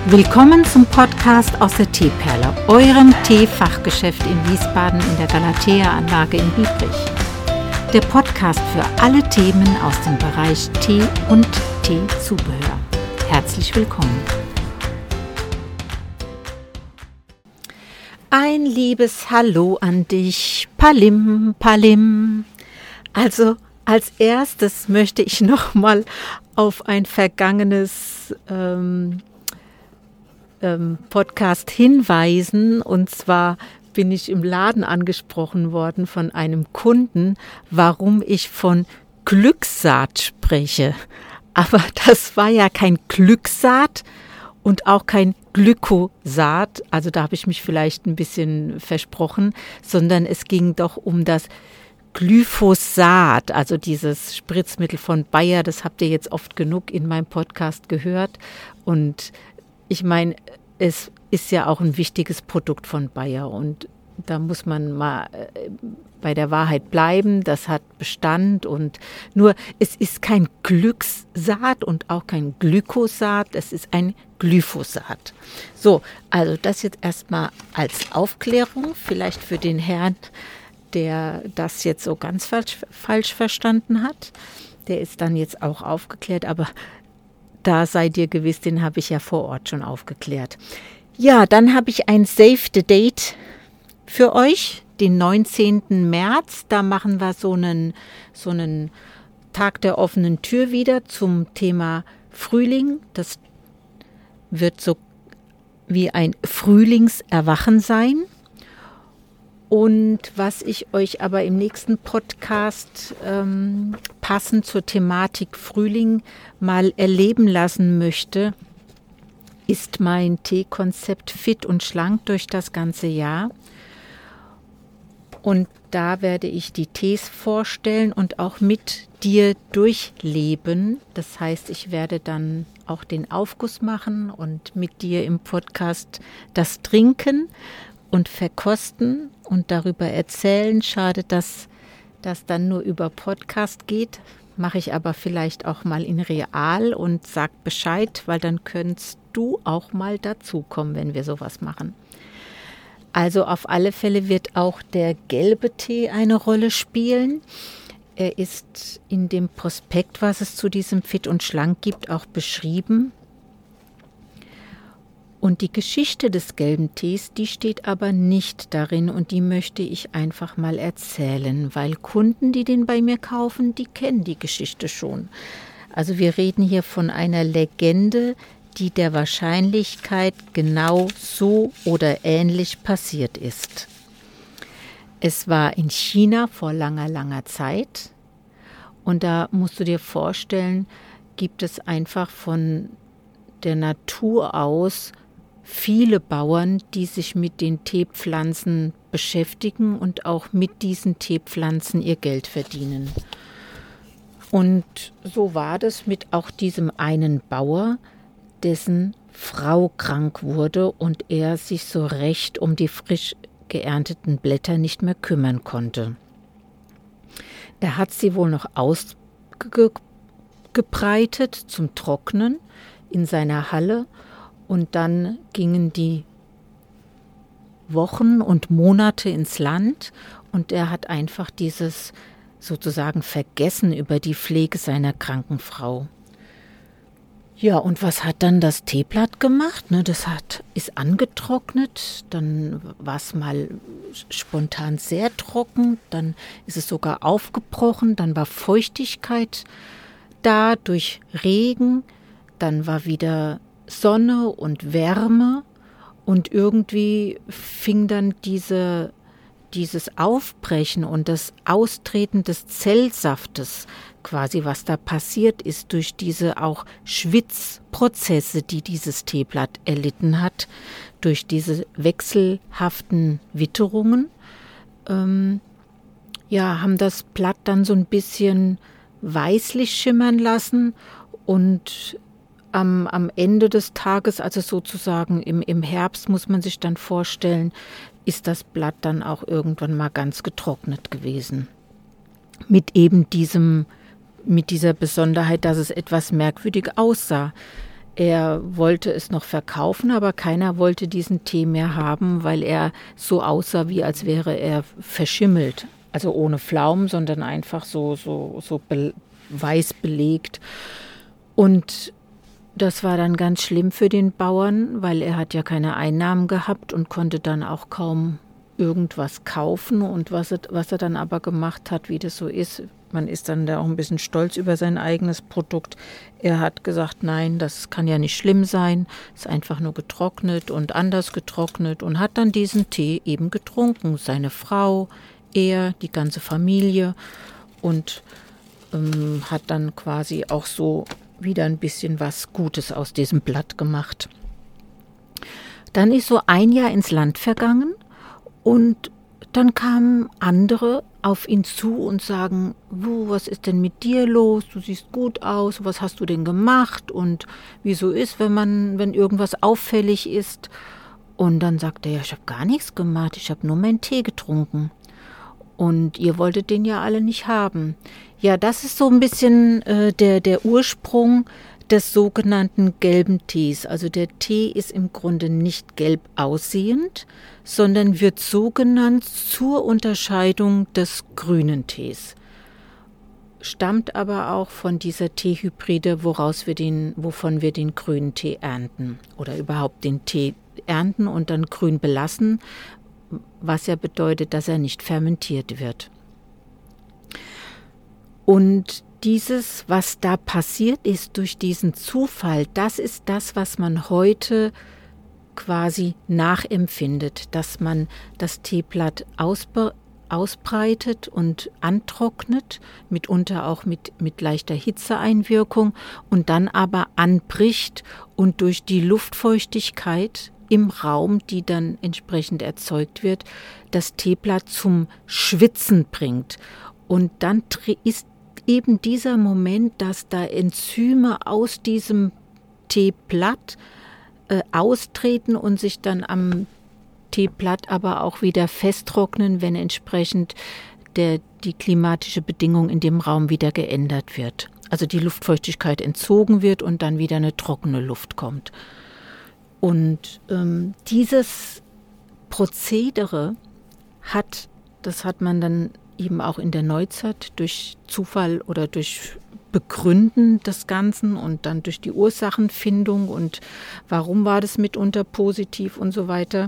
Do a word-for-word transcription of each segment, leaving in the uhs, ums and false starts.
Willkommen zum Podcast aus der Teeperle, eurem Teefachgeschäft in Wiesbaden in der Galatea-Anlage in Biebrich. Der Podcast für alle Themen aus dem Bereich Tee und Teezubehör. Herzlich willkommen. Ein liebes Hallo an dich, Palim, Palim. Also als erstes möchte ich nochmal auf ein vergangenes ähm, ähm, Podcast hinweisen. Und zwar bin ich im Laden angesprochen worden von einem Kunden, warum ich von Glückssaat spreche. Aber das war ja kein Glückssaat und auch kein Glyphosat, also da habe ich mich vielleicht ein bisschen versprochen, sondern es ging doch um das Glyphosat, also dieses Spritzmittel von Bayer, das habt ihr jetzt oft genug in meinem Podcast gehört. Und ich meine, es ist ja auch ein wichtiges Produkt von Bayer und da muss man mal bei der Wahrheit bleiben, das hat Bestand und nur, es ist kein Glückssaat und auch kein Glyphosat, es ist ein Glyphosat. So, also das jetzt erstmal als Aufklärung, vielleicht für den Herrn, der das jetzt so ganz falsch, falsch verstanden hat. Der ist dann jetzt auch aufgeklärt, aber da seid ihr gewiss, den habe ich ja vor Ort schon aufgeklärt. Ja, dann habe ich ein Save the Date für euch, den neunzehnten März. Da machen wir so einen, so einen Tag der offenen Tür wieder zum Thema Frühling. Das wird so wie ein Frühlingserwachen sein. Und was ich euch aber im nächsten Podcast ähm, passend zur Thematik Frühling mal erleben lassen möchte, ist mein Teekonzept Fit und Schlank durch das ganze Jahr. Und da werde ich die Tees vorstellen und auch mit dir durchleben. Das heißt, ich werde dann auch den Aufguss machen und mit dir im Podcast das trinken und verkosten und darüber erzählen. Schade, dass das dann nur über Podcast geht. Mache ich aber vielleicht auch mal in real und sag Bescheid, weil dann könntest du auch mal dazukommen, wenn wir sowas machen. Also auf alle Fälle wird auch der gelbe Tee eine Rolle spielen. Er ist in dem Prospekt, was es zu diesem Fit und Schlank gibt, auch beschrieben. Und die Geschichte des gelben Tees, die steht aber nicht darin und die möchte ich einfach mal erzählen, weil Kunden, die den bei mir kaufen, die kennen die Geschichte schon. Also wir reden hier von einer Legende, die der Wahrscheinlichkeit genau so oder ähnlich passiert ist. Es war in China vor langer, langer Zeit und da musst du dir vorstellen, gibt es einfach von der Natur aus viele Bauern, die sich mit den Teepflanzen beschäftigen und auch mit diesen Teepflanzen ihr Geld verdienen. Und so war das mit auch diesem einen Bauer, dessen Frau krank wurde und er sich so recht um die frisch geernteten Blätter nicht mehr kümmern konnte. Er hat sie wohl noch ausgebreitet zum Trocknen in seiner Halle und dann gingen die Wochen und Monate ins Land und er hat einfach dieses sozusagen vergessen über die Pflege seiner kranken Frau. Ja, und was hat dann das Teeblatt gemacht? Ne, das hat, ist angetrocknet, dann war es mal spontan sehr trocken, dann ist es sogar aufgebrochen, dann war Feuchtigkeit da durch Regen, dann war wieder Sonne und Wärme und irgendwie fing dann diese, dieses Aufbrechen und das Austreten des Zellsaftes quasi, was da passiert ist durch diese auch Schwitzprozesse, die dieses Teeblatt erlitten hat, durch diese wechselhaften Witterungen, ähm, ja, haben das Blatt dann so ein bisschen weißlich schimmern lassen und am, am Ende des Tages, also sozusagen im, im Herbst, muss man sich dann vorstellen, ist das Blatt dann auch irgendwann mal ganz getrocknet gewesen. Mit eben diesem mit dieser Besonderheit, dass es etwas merkwürdig aussah. Er wollte es noch verkaufen, aber keiner wollte diesen Tee mehr haben, weil er so aussah, wie als wäre er verschimmelt. Also ohne Pflaumen, sondern einfach so, so, so be- weiß belegt. Und das war dann ganz schlimm für den Bauern, weil er hat ja keine Einnahmen gehabt und konnte dann auch kaum irgendwas kaufen. Und was er, was er dann aber gemacht hat, wie das so ist, man ist dann da auch ein bisschen stolz über sein eigenes Produkt. Er hat gesagt, nein, das kann ja nicht schlimm sein, ist einfach nur getrocknet und anders getrocknet und hat dann diesen Tee eben getrunken. Seine Frau, er, die ganze Familie und ähm, hat dann quasi auch so wieder ein bisschen was Gutes aus diesem Blatt gemacht. Dann ist so ein Jahr ins Land vergangen und dann kamen andere auf ihn zu und sagen, wo, was ist denn mit dir los? Du siehst gut aus, was hast du denn gemacht? Und wieso ist, wenn man, wenn irgendwas auffällig ist? Und dann sagt er, ja, ich habe gar nichts gemacht, ich habe nur meinen Tee getrunken. Und ihr wolltet den ja alle nicht haben. Ja, das ist so ein bisschen äh, der, der Ursprung des sogenannten gelben Tees. Also der Tee ist im Grunde nicht gelb aussehend, sondern wird so genannt zur Unterscheidung des grünen Tees. Stammt aber auch von dieser Teehybride, woraus wir den, wovon wir den grünen Tee ernten oder überhaupt den Tee ernten und dann grün belassen, was ja bedeutet, dass er nicht fermentiert wird. Und dieses, was da passiert ist durch diesen Zufall, das ist das, was man heute quasi nachempfindet, dass man das Teeblatt ausbe- ausbreitet und antrocknet, mitunter auch mit, mit leichter Hitzeeinwirkung und dann aber anbricht und durch die Luftfeuchtigkeit im Raum, die dann entsprechend erzeugt wird, das Teeblatt zum Schwitzen bringt. Und dann ist eben dieser Moment, dass da Enzyme aus diesem Teeblatt äh, austreten und sich dann am Teeblatt aber auch wieder festtrocknen, wenn entsprechend der, die klimatische Bedingung in dem Raum wieder geändert wird. Also die Luftfeuchtigkeit entzogen wird und dann wieder eine trockene Luft kommt. Und ähm, dieses Prozedere hat, das hat man dann eben auch in der Neuzeit durch Zufall oder durch Begründen des Ganzen und dann durch die Ursachenfindung und warum war das mitunter positiv und so weiter,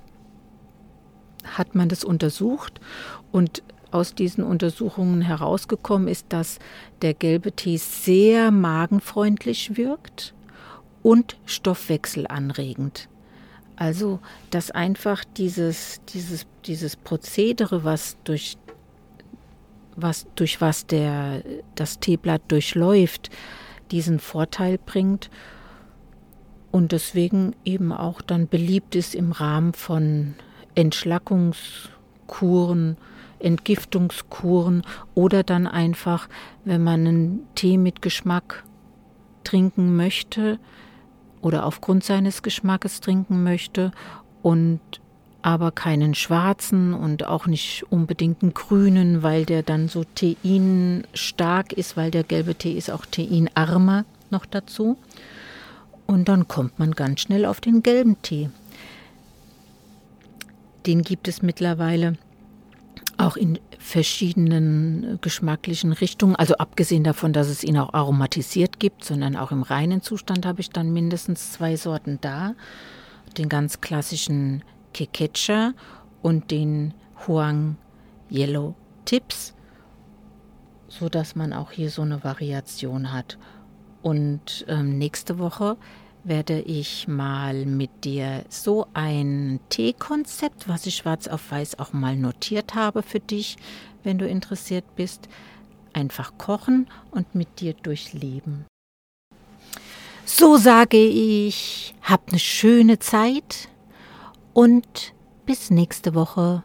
hat man das untersucht und aus diesen Untersuchungen herausgekommen ist, dass der gelbe Tee sehr magenfreundlich wirkt und stoffwechselanregend. Also, dass einfach dieses, dieses, dieses Prozedere, was durch was durch was der, das Teeblatt durchläuft, diesen Vorteil bringt und deswegen eben auch dann beliebt ist im Rahmen von Entschlackungskuren, Entgiftungskuren oder dann einfach, wenn man einen Tee mit Geschmack trinken möchte oder aufgrund seines Geschmackes trinken möchte und aber keinen schwarzen und auch nicht unbedingt einen grünen, weil der dann so teinstark ist, weil der gelbe Tee ist auch teinarmer noch dazu. Und dann kommt man ganz schnell auf den gelben Tee. Den gibt es mittlerweile auch in verschiedenen geschmacklichen Richtungen. Also abgesehen davon, dass es ihn auch aromatisiert gibt, sondern auch im reinen Zustand habe ich dann mindestens zwei Sorten da. Den ganz klassischen Kekecha und den Huang Yellow Tips, so dass man auch hier so eine Variation hat. Und ähm, nächste Woche werde ich mal mit dir so ein Teekonzept, was ich schwarz auf weiß auch mal notiert habe für dich, wenn du interessiert bist, einfach kochen und mit dir durchleben. So sage ich, hab eine schöne Zeit und bis nächste Woche.